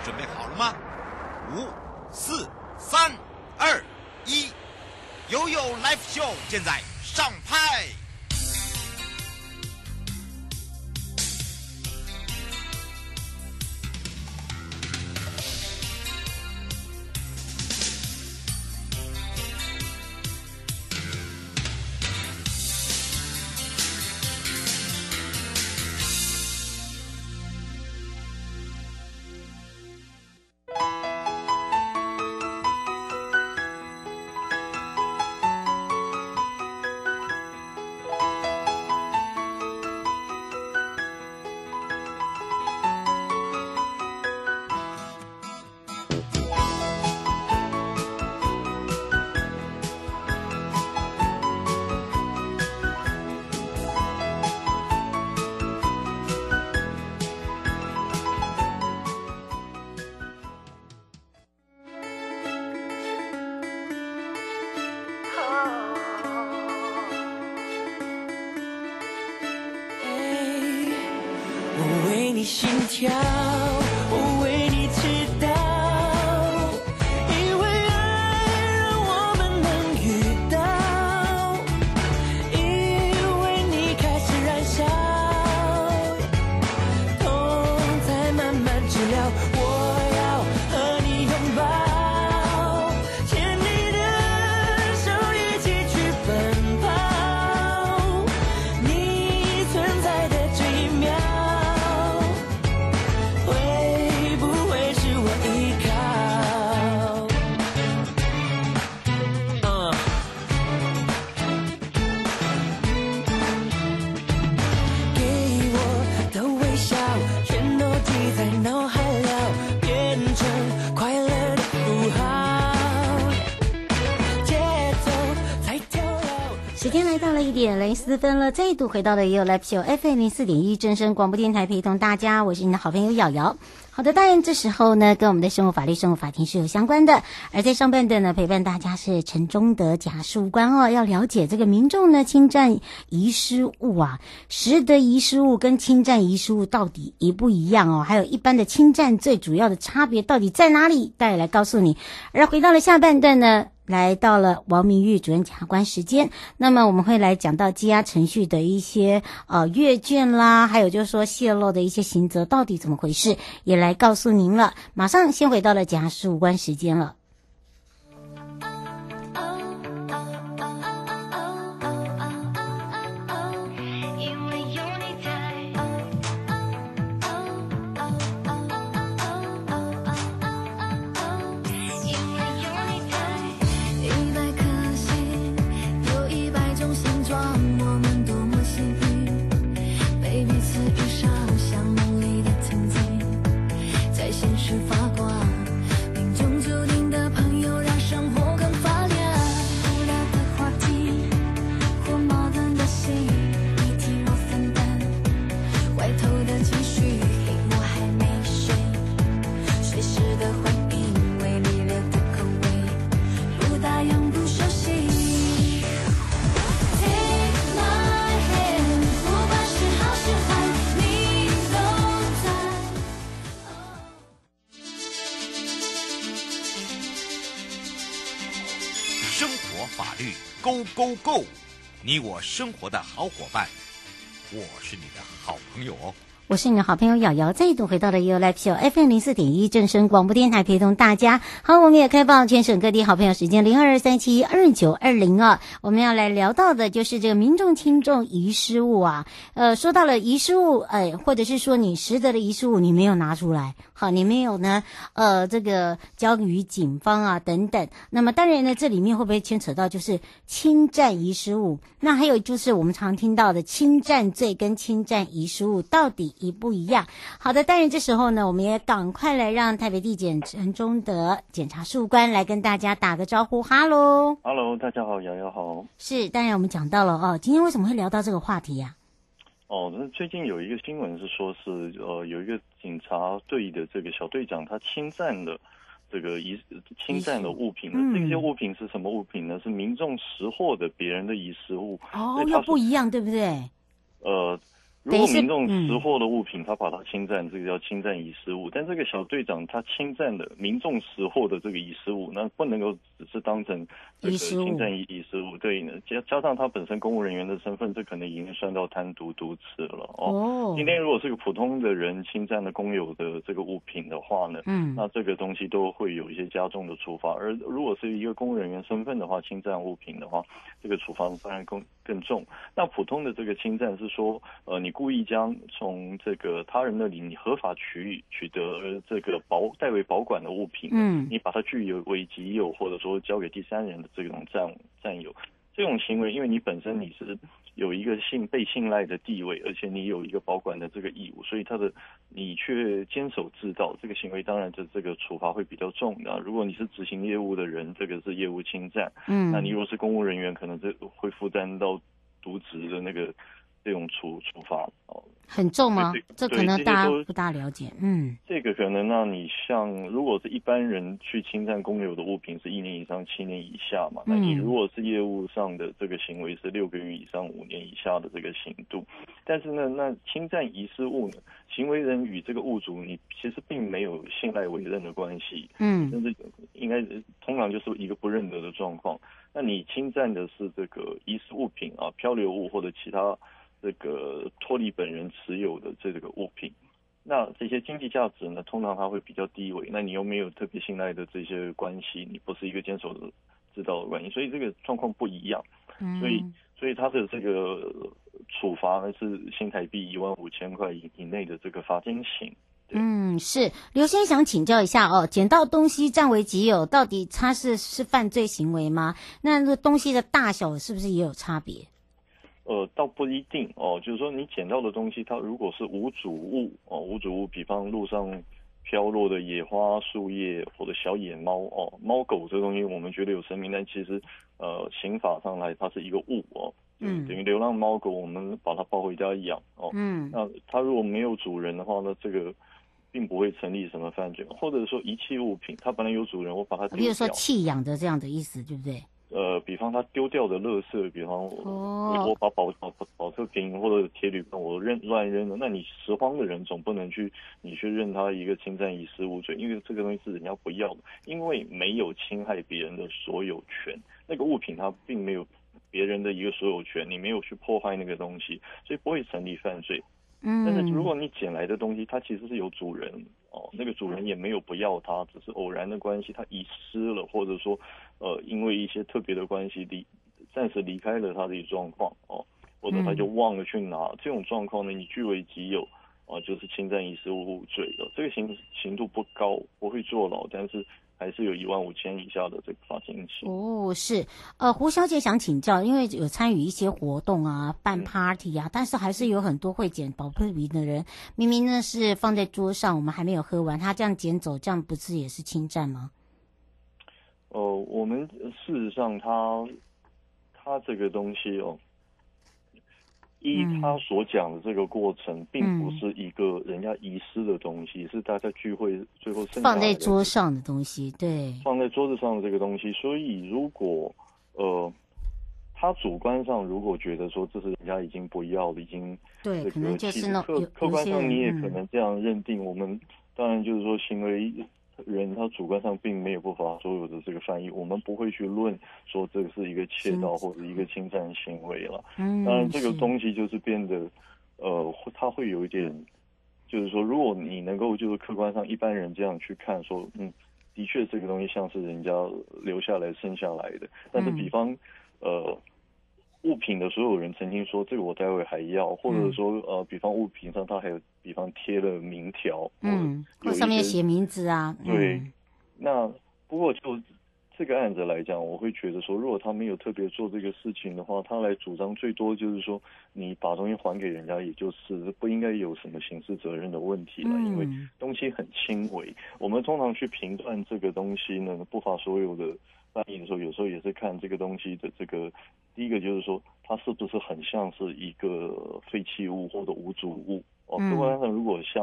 准备好了吗？5、4、3、2、1，悠悠 Live Show 现在上拍。 我为你心跳，我为你祈祷，因为爱让我们能遇到，因为你开始燃烧，痛在慢慢治疗，我要和你拥抱，牵你的手一起去奔跑，你存在的这一秒会不会是我依靠？给我的微笑，全都记在脑海了，变成快乐的符号，节奏在跳跃。 时间来到了1:04了，再度回到了也有 Live Show FM04.1正声广播电台，陪同大家，我是你的好朋友瑶瑶。好的，当然这时候呢，跟我们的生活法律、生活法庭是有相关的。而在上半段呢，陪伴大家是陈忠德检察事务官哦，要了解这个民众呢侵占遗失物啊，实得遗失物跟侵占遗失物到底一不一样哦？还有一般的侵占最主要的差别到底在哪里？待会来告诉你。而回到了下半段呢，来到了王明玉主任检察官时间，那么我们会来讲到羁押程序的一些阅卷啦，还有就是说泄露的一些刑责到底怎么回事，也来告诉您了。马上先回到了检察事务官时间了。 因为有你在，因为有你在，100颗心，有100种形状，我们多么幸运，被彼此遇上，像梦里的曾经，在现实发光，命中注定的朋友，让生活更发亮。无聊的话题或矛盾的心，你替我分担，坏透的情绪，黑我还没睡，随时的回应，微烈烈的口味，不打烊不休息。Take my hand， 不管是好是坏，你都在。 生活法律 Go Go Go， 你我生活的好伙伴，我是你的好朋友哦。 我是你的好朋友瑶瑶，再度回到了 You Live Show FM04.1正声广播电台，陪同大家。好，我们也开放全省各地好朋友时间02272920啊。我们要来聊到的就是这个民众轻重遗失物啊。说到了遗失物，或者是说你实得的遗失物你没有拿出来，好，你没有呢，这个交予警方啊等等。那么当然呢，这里面会不会牵扯到就是侵占遗失物？那还有就是我们常听到的侵占罪跟侵占遗失物到底一不一样？好的，当然这时候呢，我们也赶快来让台北地检陈忠德检察事务官来跟大家打个招呼。哈喽， 大家好，瑶瑶好。 是，当然我们讲到了哦，今天为什么会聊到这个话题呀？ 那最近有一个新闻是说是有一个警察队的这个小队长，他侵占了这个侵占了物品的，这些物品是什么物品呢？是民众拾获的别人的遗失物。 又不一样，对不对？ 如果民众拾获的物品，他把它侵占，这个叫侵占遗失物。但这个小队长他侵占的民众拾获的这个遗失物，那不能够只是当成这个侵占遗失物。对呢，加上他本身公务人员的身份，这可能已经算到贪渎渎职了哦。今天如果是个普通的人侵占了公有的这个物品的话呢，那这个东西都会有一些加重的处罚。而如果是一个公务人员身份的话，侵占物品的话，这个处罚当然更重。那普通的这个侵占是说，你故意将从这个他人那里你合法取得这个代为保管的物品，你把它据为己有，或者说交给第三人的这种占有，这种行为，因为你本身你是有一个被信赖的地位，而且你有一个保管的这个义务，所以你却坚守自盗，这个行为当然这个处罚会比较重的。如果你是执行业务的人，这个是业务侵占，那你如果是公务人员，可能这会负担到渎职的这种处罚很重吗？这可能大家不大了解。 这个可能让你像如果是一般人去侵占公有的物品是1年以上7年以下嘛，那你如果是业务上的这个行为是6个月以上5年以下的这个刑度。但是呢，那侵占遗失物呢，行为人与这个物主你其实并没有信赖委任的关系，甚至应该通常就是一个不认得的状况。那你侵占的是这个遗失物品啊、漂流物或者其他这个脱离本人持有的这个物品，那这些经济价值呢，通常它会比较低微。那你又没有特别信赖的这些关系，你不是一个坚守的知道的关系，所以这个状况不一样。所以它的这个处罚呢是新台币15000块以内的这个罚金刑。 是刘先想请教一下哦，捡到东西占为己有，到底它是犯罪行为吗？那这东西的大小是不是也有差别？ 倒不一定哦，就是说你捡到的东西，它如果是无主物哦，无主物，比方路上飘落的野花、树叶或者小野猫哦，猫狗这东西我们觉得有生命，但其实刑法上来它是一个物哦，等于流浪猫狗我们把它抱回家养哦，那它如果没有主人的话，那这个并不会成立什么犯罪，或者说遗弃物品，它本来有主人，我把它丢掉， 比如说弃养的这样的意思，对不对？ 比方他丢掉的垃圾，比方我把保特瓶或者铁铝盆我乱扔了，那你拾荒的人总不能你去认他一个侵占遗失物罪，因为这个东西是人家不要的，因为没有侵害别人的所有权，那个物品它并没有别人的一个所有权，你没有去破坏那个东西，所以不会成立犯罪。但是如果你捡来的东西它其实是有主人哦，那个主人也没有不要它，只是偶然的关系他遗失了，或者说因为一些特别的关系暂时离开了他的状况哦，或者他就忘了去拿，这种状况呢，你据为己有就是侵占遗失物罪的，这个刑度不高，不会坐牢，但是还是有15000以下的这个罚金刑。 是胡小姐想请教，因为有参与一些活动啊，办 party 啊，但是还是有很多会捡保特瓶的人，明明呢是放在桌上，我们还没有喝完，他这样捡走，这样不是也是侵占吗？ 我们事实上他这个东西他所讲的这个过程，并不是一个人家遗失的东西，是大家聚会最后剩下放在桌上的东西，对， 放在桌子上的这个东西。所以如果他主观上如果觉得说这是人家已经不要了，已经对，可能就是那客观上你也可能这样认定。我们当然就是说行为人他主观上并没有不法所有的这个犯意，我们不会去论说这个是一个窃盗或者一个侵占行为了。当然这个东西就是变得它会有一点，就是说如果你能够就是客观上一般人这样去看说的确这个东西像是人家留下来生下来的，但是比方物品的所有人曾经说这个我待会还要，或者说比方物品上它还有比方贴了名条， 或上面写名字啊， 对。那不过就这个案子来讲，我会觉得说，如果他没有特别做这个事情的话，他来主张最多就是说你把东西还给人家，也就是不应该有什么刑事责任的问题了，因为东西很轻微。我们通常去评断这个东西呢，不乏所有的翻译的时候，有时候也是看这个东西的这个，第一个就是说它是不是很像是一个废弃物或者无主物客观上如果像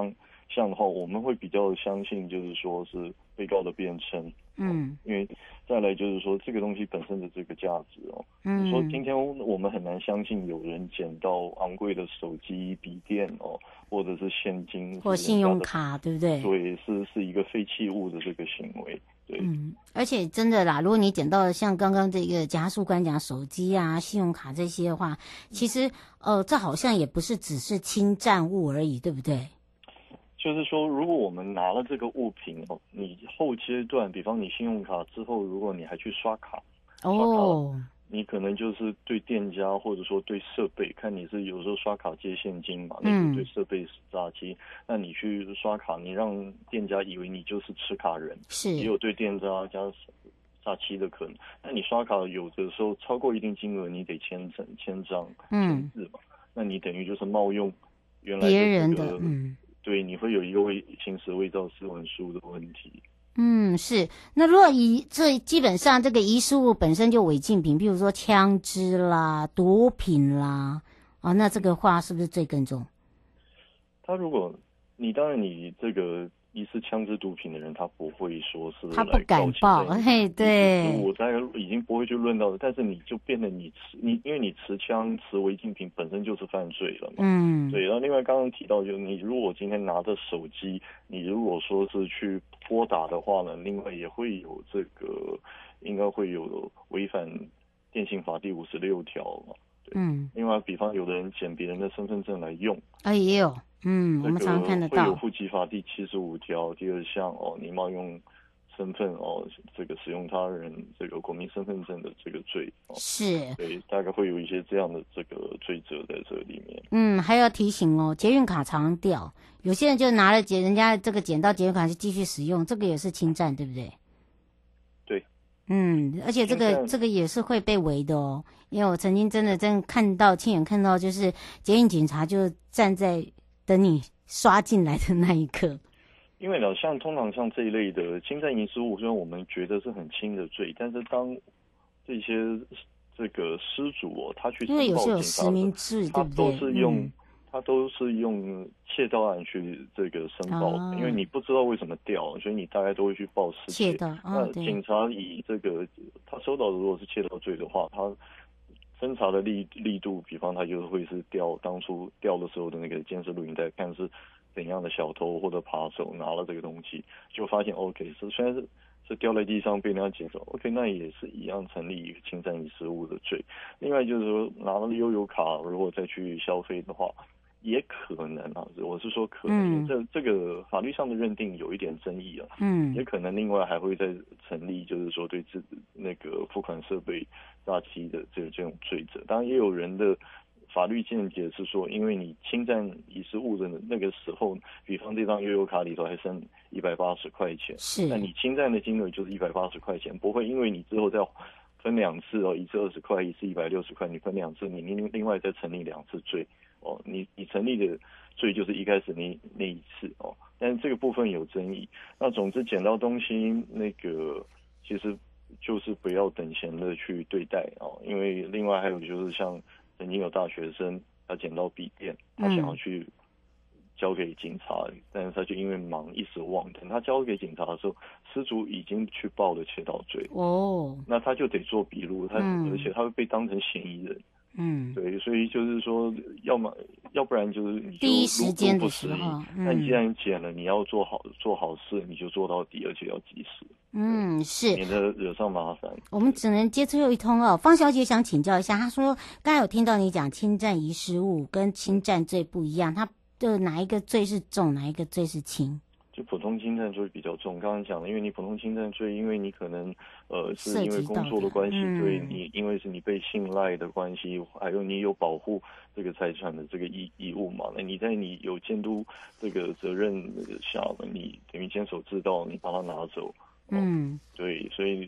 项的话，我们会比较相信就是说是被告的辩称。因为再来就是说这个东西本身的这个价值你说今天我们很难相信有人捡到昂贵的手机、笔电或者是现金或信用卡，对不对？ 对，是一个废弃物的这个行为。对， 而且真的啦，如果你捡到像刚刚这个检察官讲手机啊、信用卡这些的话，其实这好像也不是只是侵占物而已，对不对？ 就是说，如果我们拿了这个物品你后阶段，比方你信用卡之后，如果你还去刷卡，你可能就是对店家或者说对设备，看你是有时候刷卡接现金嘛，那就对设备是诈欺。那你去刷卡，你让店家以为你就是持卡人，也有对店家诈欺的可能。那你刷卡有的时候超过一定金额，你得签章签字嘛，那你等于就是冒用原来的别人的对，你会有一个行使伪造私文书的问题。 是。那如果这基本上这个遗失物本身就违禁品，比如说枪支啦、毒品啦，那这个话是不是罪更重？ 他如果当然你这个疑似枪支毒品的人，他不会说是他不敢报，嘿，对， 我大概已经不会去论到的。但是你就变得因为你持枪持违禁品本身就是犯罪了嘛。对。然后另外刚刚提到，就是你如果今天拿着手机，你如果说是去拨打的话呢，另外也会有这个应该会有违反电信法第56条嘛。对。另外，比方有的人捡别人的身份证来用， 也有。我们常常看得到。 会有户籍法第75条第2项你冒用身份这个使用他人这个国民身份证的这个罪是。 对，大概会有一些这样的这个罪责在这里面。 还要提醒捷运卡常掉，有些人就拿了人家这个捡到捷运卡就继续使用，这个也是侵占，对不对？ 对。 而且这个也是会被围的因为我曾经真的亲眼看到，就是捷运警察就站在等你刷进来的那一刻。 因为通常像这一类的侵占遗失物，虽然我们觉得是很轻的罪，但是当这些这个失主他去申报警察，因为有些有实名制，对不对？ 他都是用窃盗案去这个申报的，因为你不知道为什么掉，所以你大概都会去报失窃。那警察以这个他收到的如果是窃盗罪的话，他侦查的力度，比方他就会是当初调的时候的那个监视录影带，看是怎样的小偷或者扒手拿了这个东西，就发现 OK 虽然是掉在地上被人家捡走 ，OK 那也是一样成立一个侵占遗失物的罪。另外就是说拿了悠游卡如果再去消费的话，也可能我是说可能，这个法律上的认定有一点争议也可能另外还会再成立，就是说对那个付款设备诈欺的这种罪责。当然也有人的法律见解是说，因为你侵占遗失物的那个时候，比方这张悠游卡里头还剩180块钱，那你侵占的金额就是180块钱，不会因为你之后再分2次一次20块，一次160块，你分2次，你另外再成立2次罪你成立的罪就是一开始那一次但是这个部分有争议。那总之捡到东西那个其实就是不要等闲的去对待因为另外还有就是像曾经有大学生他捡到笔电，他想要去交给警察，但是他就因为忙一时忘，等他交给警察的时候，失主已经去报了窃盗罪那他就得做笔录，而且他会被当成嫌疑人。对，所以就是说，要不然就是你就第一时间的时候， 那你既然捡了，你要做好事，你就做到底，而且要及时。 是， 免得惹上麻烦。 我们只能接最后一通方小姐想请教一下，她说刚才有听到你讲侵占遗失物跟侵占罪不一样，它的哪一个罪是重，哪一个罪是轻？ 就普通侵占罪比较重，刚刚讲了，因为你普通侵占罪，因为你可能是因为工作的关系，对你因为是你被信赖的关系，还有你有保护这个财产的这个义务嘛，那你在你有监督这个责任下，你等于监守自盗，你把它拿走，对，所以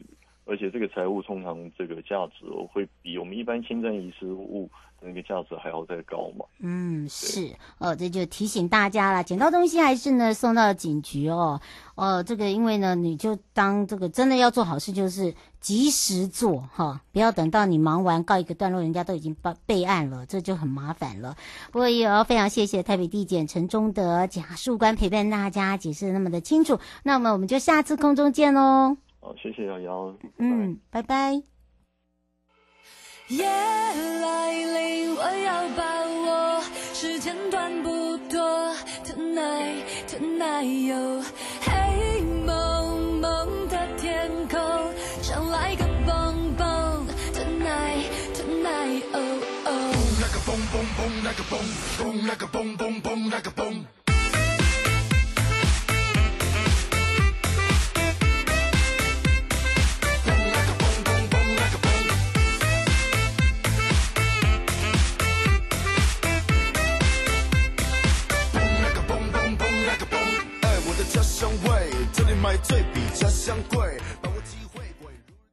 而且这个财物通常这个价值会比我们一般侵占遗失物的那个价值还要再高嘛。 是这就提醒大家了，捡到东西还是呢送到警局哦。这个因为呢，你就当这个真的要做好事，就是及时做哈，不要等到你忙完告一个段落，人家都已经备案了，这就很麻烦了。不过也要非常谢谢台北地检陈忠德检察官陪伴大家解释得那么的清楚。那么我们就下次空中见喽。 好，谢谢瑶瑶。 拜拜。 夜来临，我要把握，时间短不多。Tonight, tonight， 有黑蒙蒙的天空，想来个蹦蹦。Tonight, tonight， oh oh。那个蹦蹦蹦，那个蹦蹦，那个蹦蹦蹦，那个蹦。家乡味，这里买醉比家乡贵，把握机会贵。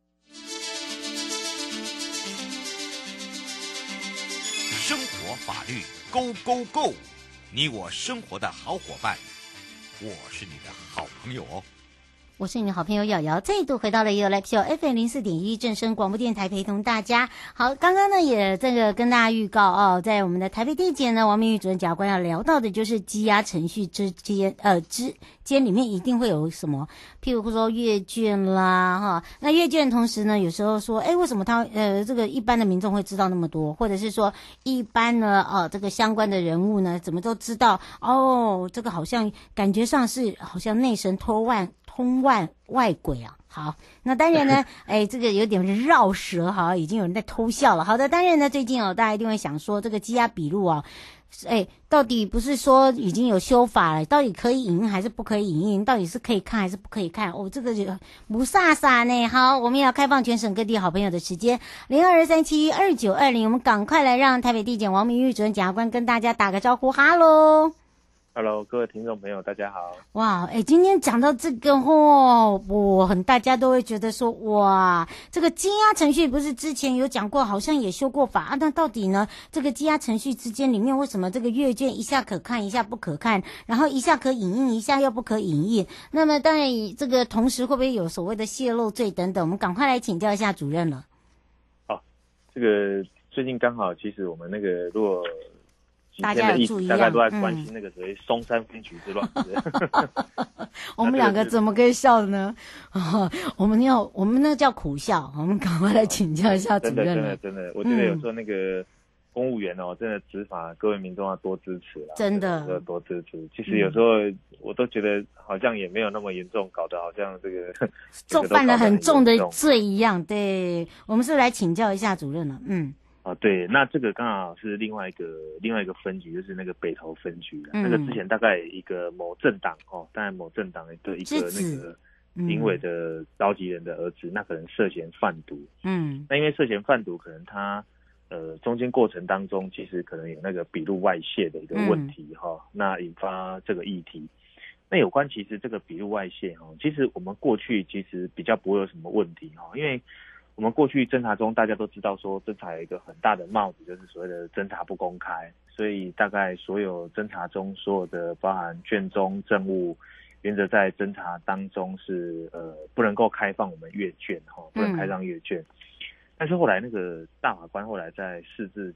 生活法律 Go Go Go， 你我生活的好伙伴，我是你的好朋友哦。 我是你的好朋友瑶瑶，再度回到了 Live Show FM04.1 正声广播电台，陪同大家。好，刚刚呢也这个跟大家预告哦，在我们的台北地检呢，王明玉主任检察官要聊到的就是羁押程序之间里面一定会有什么，譬如说阅卷啦哈。那阅卷同时呢，有时候说，为什么他这个一般的民众会知道那么多，或者是说一般呢这个相关的人物呢，怎么都知道哦？这个好像感觉上是好像内神通万外鬼啊。好，那当然呢，这个有点绕舌哈，已经有人在偷笑了。好的，当然呢，最近大家一定会想说，这个羁押笔录啊，到底不是说已经有修法了，到底可以影印还是不可以影印？到底是可以看还是不可以看？这个就不飒飒呢。好，我们也要开放全省各地好朋友的时间，02372920，我们赶快来让台北地检王明玉主任检察官跟大家打个招呼，哈喽。 Hello， 各位听众朋友，大家好。 哇，今天讲到这个大家都会觉得说，哇，这个羁押程序不是之前有讲过，好像也修过法啊？那到底呢，这个羁押程序之间里面为什么这个阅卷一下可看，一下不可看，然后一下可影印，一下又不可影印？那么当然，这个同时会不会有所谓的泄露罪等等？我们赶快来请教一下主任了。 这个最近刚好，其实我们那个如果大家有注意， 大概都在关心那个谁松山分局之乱。 我们两个怎么可以笑呢？我们那个叫苦笑。我们赶快来请教一下主任了。 真的，我觉得有时候那个公务员真的执法，各位民众要多支持啦。 真的要多支持。其实有时候我都觉得好像也没有那么严重，搞得好像这个犯了很重的罪一样。对，我们是来请教一下主任了。 对，那这个刚好是另外一个分局，就是那个北投分局了。那个之前大概一个某政党当然某政党的一个那个林委的召集人的儿子，那可能涉嫌贩毒。那因为涉嫌贩毒，可能他中间过程当中，其实可能有那个笔录外泄的一个问题那引发这个议题。那有关其实这个笔录外泄其实我们过去其实比较不会有什么问题因为我们过去侦查中，大家都知道说侦查有一个很大的帽子，就是所谓的侦查不公开，所以大概所有侦查中所有的包含卷宗证物，原则在侦查当中是不能够开放我们阅卷不能开放阅卷。但是后来那个大法官后来在释字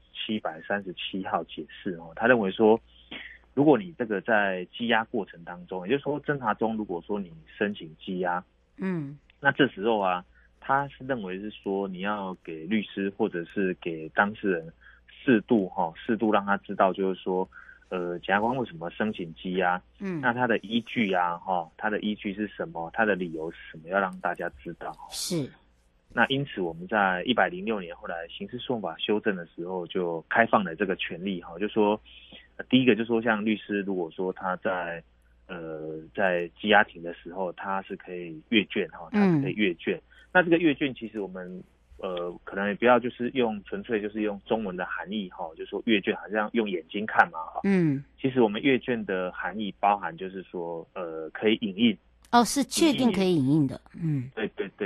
737号解释他认为说，如果你这个在羁押过程当中，也就是说侦查中，如果说你申请羁押，那这时候他是认为是说你要给律师或者是给当事人适度让他知道，就是说检察官为什么申请羁押，那他的依据他的依据是什么，他的理由是什么，要让大家知道。 是。 那因此我们在106年后来刑事诉讼法修正的时候，就开放了这个权利就说第一个就是说，像律师如果说他在羁押庭的时候，他是可以阅卷他是可以阅卷。那这个阅卷其实我们可能也不要就是纯粹就是用中文的含义就是说阅卷好像用眼睛看嘛其实我们阅卷的含义包含就是说可以影印。 是确定可以影印的。 对，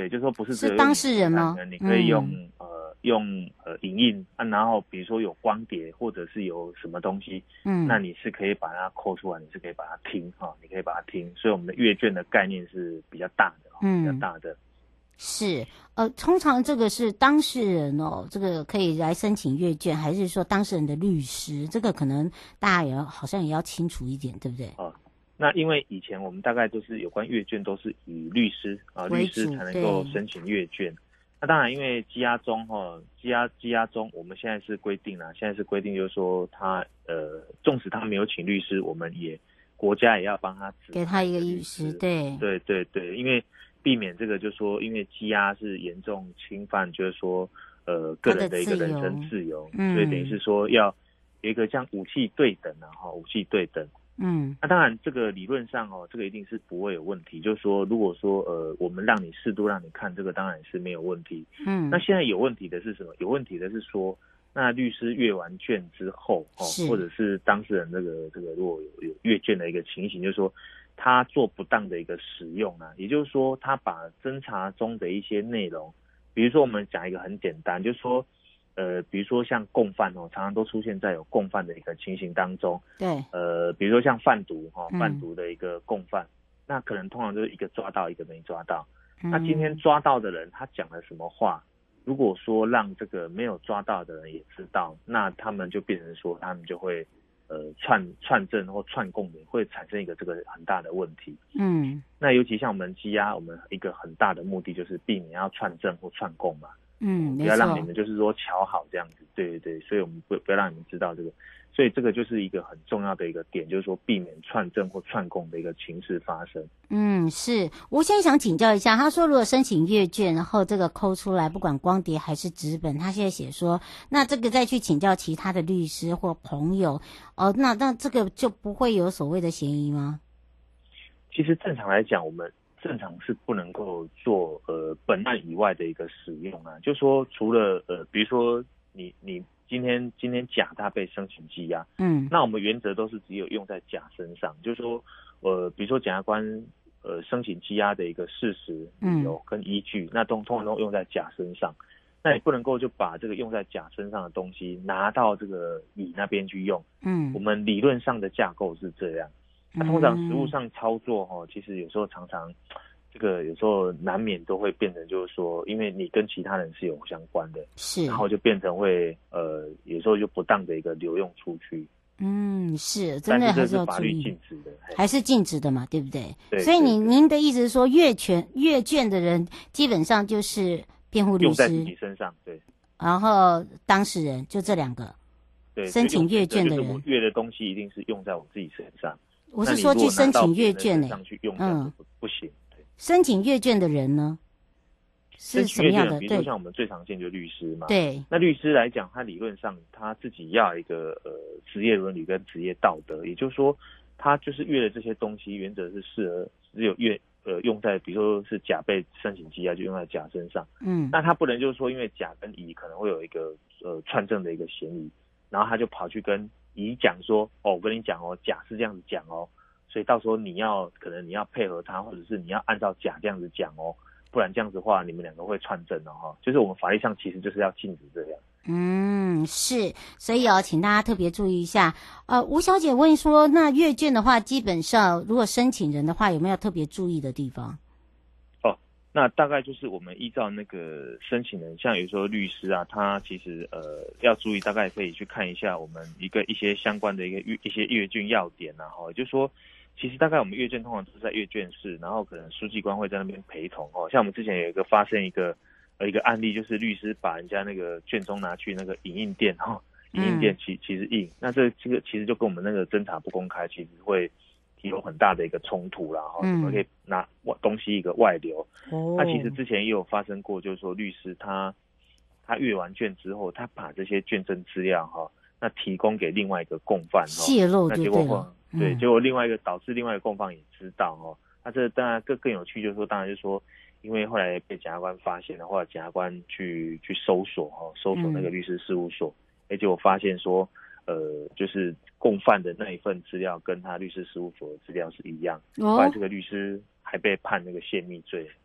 对，就是说不是只有是当事人吗？ 你可以用影印啊，然后比如说有光碟或者是有什么东西，那你是可以把它抠出来，你是可以把它听你可以把它听，所以我们的阅卷的概念是比较大的，比较大的。 是，通常这个是当事人这个可以来申请阅卷，还是说当事人的律师？这个可能大家好像也要清楚一点，对不对？ 那因为以前我们大概就是有关阅卷都是以律师律师才能够申请阅卷。那当然，因为羁押中我们现在是规定就是说他纵使他没有请律师，我们国家也要帮他给他一个律师，对， 因为避免这个就是说，因为羁押是严重侵犯，就是说个人的一个人身自由，所以等于是说要有一个像武器对等武器对等。那当然，这个理论上这个一定是不会有问题。就是说，如果说我们适度让你看，这个当然是没有问题。那现在有问题的是什么？有问题的是说，那律师阅完卷之后或者是当事人这个如果有阅卷的一个情形，就是说他做不当的一个使用也就是说他把侦查中的一些内容，比如说我们讲一个很简单，就是说比如说像共犯常常都出现在有共犯的一个情形当中。 对。 比如说像贩毒贩毒的一个共犯，那可能通常就是一个抓到一个没抓到。那今天抓到的人他讲了什么话，如果说让这个没有抓到的人也知道，那他们就变成说他们就会串证或串供的，会产生一个这个很大的问题。那尤其像我们羁押，我们一个很大的目的就是避免要串证或串供嘛。不要让你们就是说瞧好这样子，对，所以我们不要让你们知道这个，所以这个就是一个很重要的一个点，就是说避免串证或串供的一个情势发生。 是，我现在想请教一下，他说如果申请阅卷，然后这个抠出来，不管光碟还是纸本，他现在写说，那这个再去请教其他的律师或朋友，那这个就不会有所谓的嫌疑吗？ 其实正常来讲，我们正常是不能够做本案以外的一个使用就说除了比如说你今天甲他被申请羁押，那我们原则都是只有用在甲身上，就是说比如说检察官申请羁押的一个事实理由跟依据，那通常都用在甲身上，那你不能够就把这个用在甲身上的东西拿到这个乙那边去用。我们理论上的架构是这样。那通常实务上操作其实有时候常常这个有时候难免都会变成就是说，因为你跟其他人是有相关的，是，然后就变成会有时候就不当的一个流用出去。 是，真的还是要注意， 但是这是法律禁止的， 还是禁止的嘛，对不对？ 对。 所以您的意思是说，阅卷的人基本上就是辩护律师用在自己身上，对。 然后当事人就这两个， 对， 申请阅卷的人， 就是我阅的东西一定是用在我自己身上。 我是说去申请阅卷上去用不行。 申请阅卷的人呢，是什么样的？ 比如说像我们最常见就是律师嘛。 对。 那律师来讲，他理论上他自己要一个职业伦理跟职业道德，也就是说，他就是阅的这些东西，原则是只有用在，比如说是甲被申请羁押，就用在甲身上。那他不能就是说，因为甲跟乙可能会有一个串证的一个嫌疑，然后他就跑去跟乙讲说，我跟你讲甲是这样子讲所以到时候可能你要配合他，或者是你要按照甲这样子讲不然这样子的话，你们两个会串证就是我们法律上其实就是要禁止这样。 是，所以请大家特别注意一下。吴小姐问说，那阅卷的话，基本上如果申请人的话，有没有特别注意的地方？ 那大概就是我们依照那个申请人，像有时候律师他其实要注意，大概可以去看一下我们一些相关的一些阅卷要点也就是说，其实大概我们阅卷通常都是在阅卷室，然后可能书记官会在那边陪同像我们之前有一个发生一个案例，就是律师把人家那个卷宗拿去那个影印店影印店其实印，那这个其实就跟我们那个侦查不公开其实会有很大的一个冲突啦怎么可以拿东西一个外流。那其实之前也有发生过，就是说律师他阅完卷之后，他把这些卷证资料那提供给另外一个共犯泄露就对了。 对，结果导致另外一个共犯也知道那这当然更有趣，就是说当然就是说，因为后来被检察官发现了，后来检察官去搜索那个律师事务所，结果发现说就是共犯的那一份资料跟他律师事务所的资料是一样，后来这个律师还被判那个泄密罪。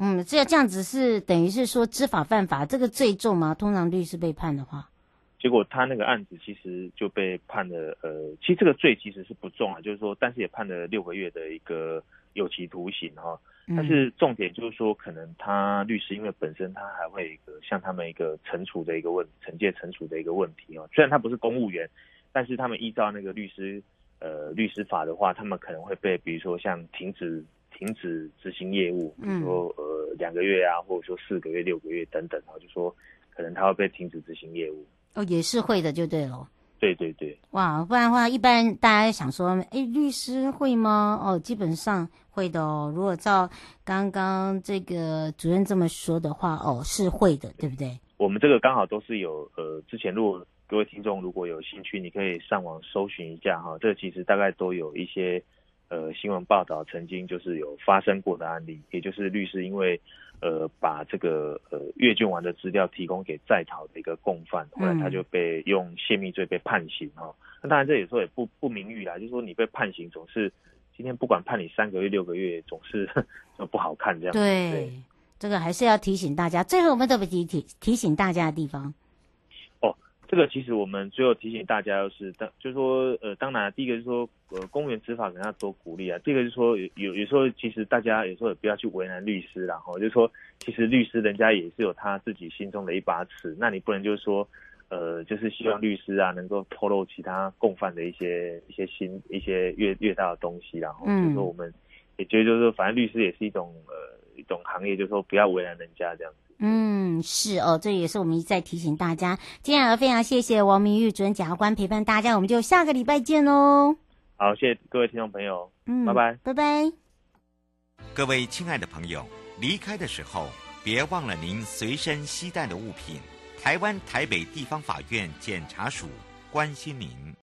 这样子是等于是说知法犯法，这个罪重吗？通常律师被判的话， 结果他那个案子其实就被判了，其实这个罪其实是不重啊，就是说，但是也判了6个月的一个有期徒刑哈。但是重点就是说，可能他律师因为本身他还会有一个像他们一个惩处的一个惩戒惩处的一个问题哦。虽然他不是公务员，但是他们依照那个律师法的话，他们可能会被比如说像停止执行业务，比如说2个月啊，或者说4个月、6个月等等啊，就说可能他会被停止执行业务。 也是会的，就对了。 对对对。 哇，不然的话，一般大家想说，律师会吗？基本上会的哦。如果照刚刚这个主任这么说的话，是会的，对不对？ 我们这个刚好都是有之前如果各位听众如果有兴趣，你可以上网搜寻一下哈，这其实大概都有一些新闻报道曾经就是有发生过的案例，也就是律师因为把这个阅卷完的资料提供给在逃的一个共犯，后来他就被用泄密罪被判刑哈。那当然这有时候也不名誉啦，就是说你被判刑总是今天不管判你3个月6个月，总是不好看这样子。 对，这个还是要提醒大家。最后我们特别提醒大家的地方。 这个其实我们最后提醒大家就是说当然第一个就是说公务员执法可能要多鼓励啊。第二个就是说有时候其实大家有时候也不要去为难律师啦，就是说其实律师人家也是有他自己心中的一把尺，那你不能就是说就是希望律师啊能够透露其他共犯的一些越大的东西啦。就是说我们也觉得就是说反正律师也是一种行业，就是说不要为难人家这样子。 是这也是我们一再提醒大家。今天非常谢谢王明玉主任检察官陪伴大家，我们就下个礼拜见喽。 好，谢谢各位听众朋友，拜拜， 拜拜。 各位亲爱的朋友，离开的时候别忘了您随身携带的物品。台湾台北地方法院检察署关心您。